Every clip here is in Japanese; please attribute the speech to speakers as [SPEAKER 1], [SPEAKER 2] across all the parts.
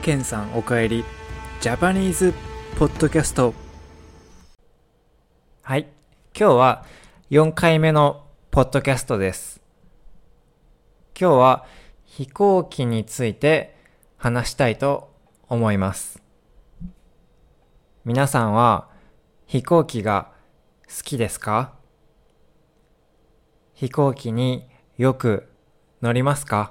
[SPEAKER 1] ケンさんおかえり。ジャパニーズポッドキャスト。はい、今日は4回目のポッドキャストです。今日は飛行機について話したいと思います。皆さんは飛行機が好きですか？飛行機によく乗りますか？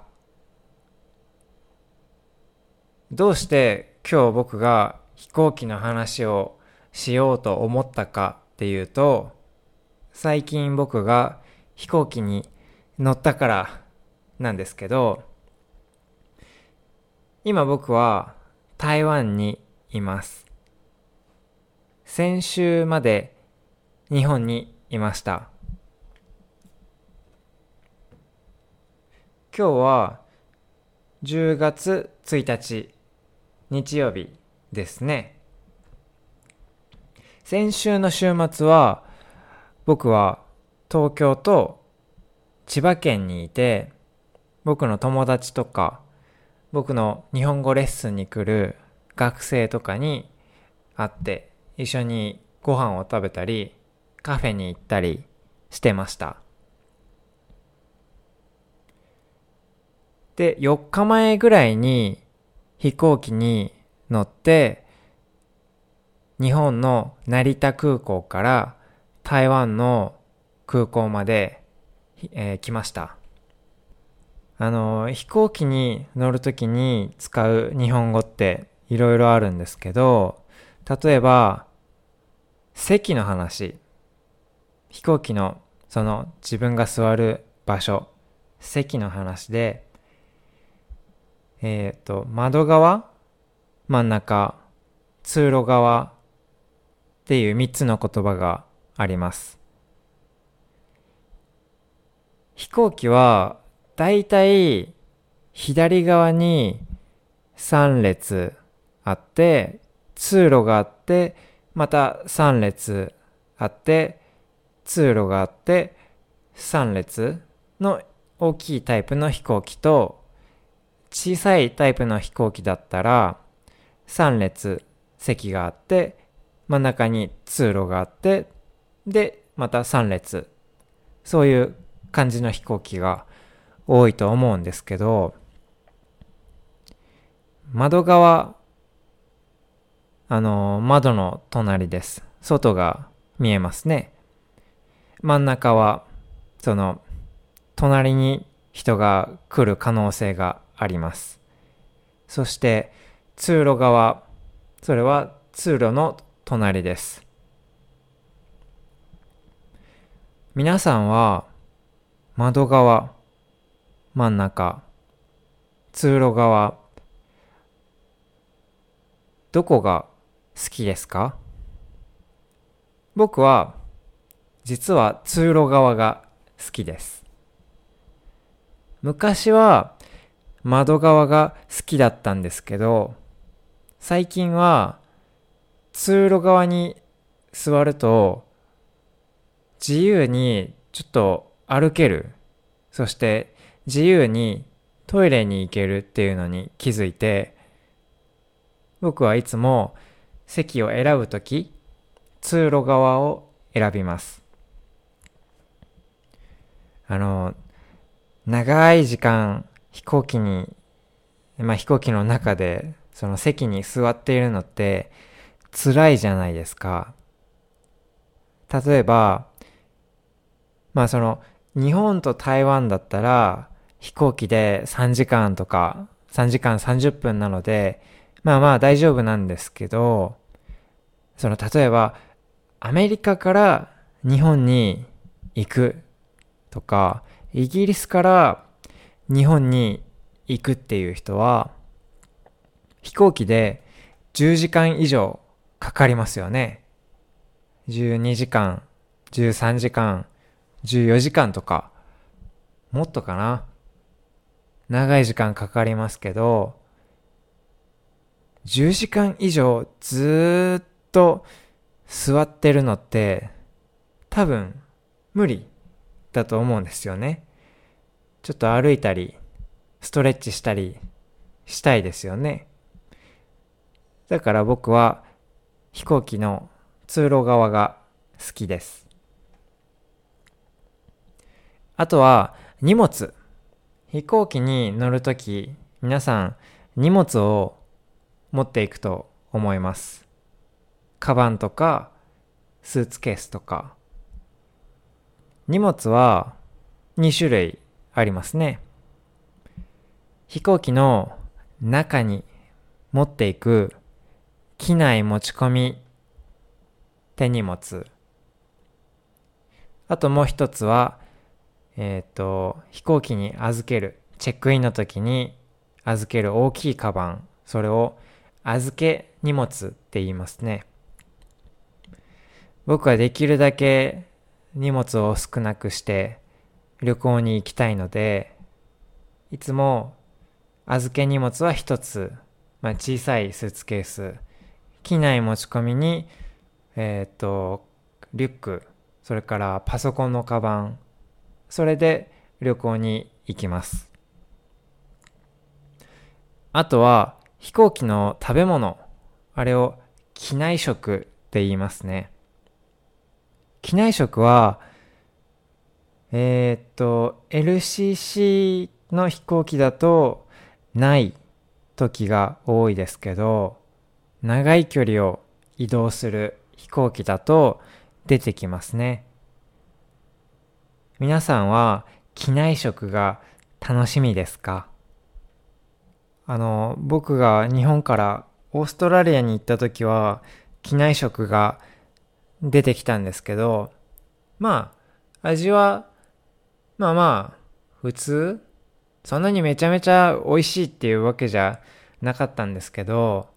[SPEAKER 1] どうして今日僕が飛行機の話をしようと思ったかっていうと、最近僕が飛行機に乗ったからなんですけど、今僕は台湾にいます。先週まで日本にいました。今日は10月1日日曜日ですね。先週の週末は僕は東京と千葉県にいて、僕の友達とか僕の日本語レッスンに来る学生とかに会って一緒にご飯を食べたりカフェに行ったりしてました。で、4日前ぐらいに飛行機に乗って日本の成田空港から台湾の空港まで、来ました。飛行機に乗るときに使う日本語っていろいろあるんですけど、例えば席の話、飛行機のその自分が座る場所、席の話で、窓側、真ん中、通路側っていう3つの言葉があります。飛行機はだいたい左側に3列あって、通路があって、また3列あって、通路があって、3列の大きいタイプの飛行機と、小さいタイプの飛行機だったら3列席があって、真ん中に通路があって、でまた3列、そういう感じの飛行機が多いと思うんですけど、窓側、窓の隣です。外が見えますね。真ん中はその隣に人が来る可能性があります。そして通路側、それは通路の隣です。皆さんは窓側、真ん中、通路側、どこが好きですか？僕は実は通路側が好きです。昔は窓側が好きだったんですけど、最近は通路側に座ると自由にちょっと歩ける、そして自由にトイレに行けるっていうのに気づいて、僕はいつも席を選ぶとき通路側を選びます。長い時間飛行機の中でその席に座っているのって辛いじゃないですか。例えば、日本と台湾だったら飛行機で3時間とか3時間30分なので、大丈夫なんですけど、例えばアメリカから日本に行くとか、イギリスから日本に行くっていう人は飛行機で10時間以上かかりますよね。12時間、13時間、14時間とか、もっとかな。長い時間かかりますけど、10時間以上ずーっと座ってるのって多分無理だと思うんですよね。ちょっと歩いたりストレッチしたりしたいですよね。 だから僕は飛行機の通路側が好きです。あとは荷物。飛行機に乗るとき、皆さん荷物を持っていくと思います。カバンとかスーツケースとか。荷物は2種類ありますね。飛行機の中に持っていく機内持ち込み手荷物。あともう一つは、飛行機に預ける、チェックインの時に預ける大きいカバン。それを預け荷物って言いますね。僕はできるだけ荷物を少なくして旅行に行きたいので、いつも預け荷物は一つ、小さいスーツケース、機内持ち込みに、リュック、それからパソコンのカバン、それで旅行に行きます。あとは飛行機の食べ物、あれを機内食って言いますね。機内食は、LCC の飛行機だとない時が多いですけど、長い距離を移動する飛行機だと出てきますね。皆さんは機内食が楽しみですか？僕が日本からオーストラリアに行った時は機内食が出てきたんですけど、味は普通、そんなにめちゃめちゃ美味しいっていうわけじゃなかったんですけど、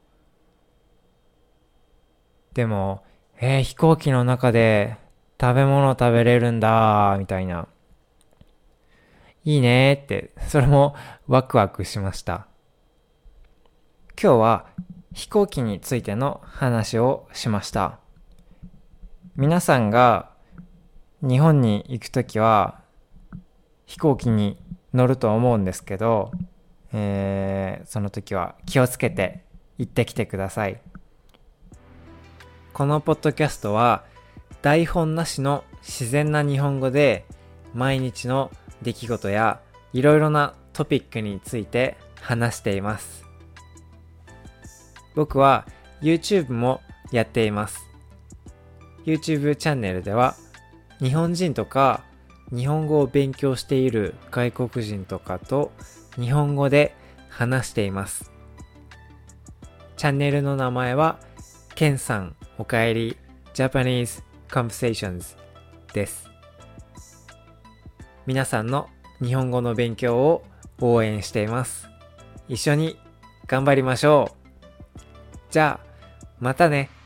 [SPEAKER 1] でも飛行機の中で食べ物食べれるんだみたいな、いいねって、それもワクワクしました。今日は飛行機についての話をしました。皆さんが日本に行くときは飛行機に乗ると思うんですけど、その時は気をつけて行ってきてください。このポッドキャストは台本なしの自然な日本語で毎日の出来事やいろいろなトピックについて話しています。僕は YouTube もやっています。YouTube チャンネルでは日本人とか日本語を勉強している外国人とかと日本語で話しています。チャンネルの名前はケンさんおかえり Japanese Conversations です。皆さんの日本語の勉強を応援しています。一緒に頑張りましょう。じゃあまたね。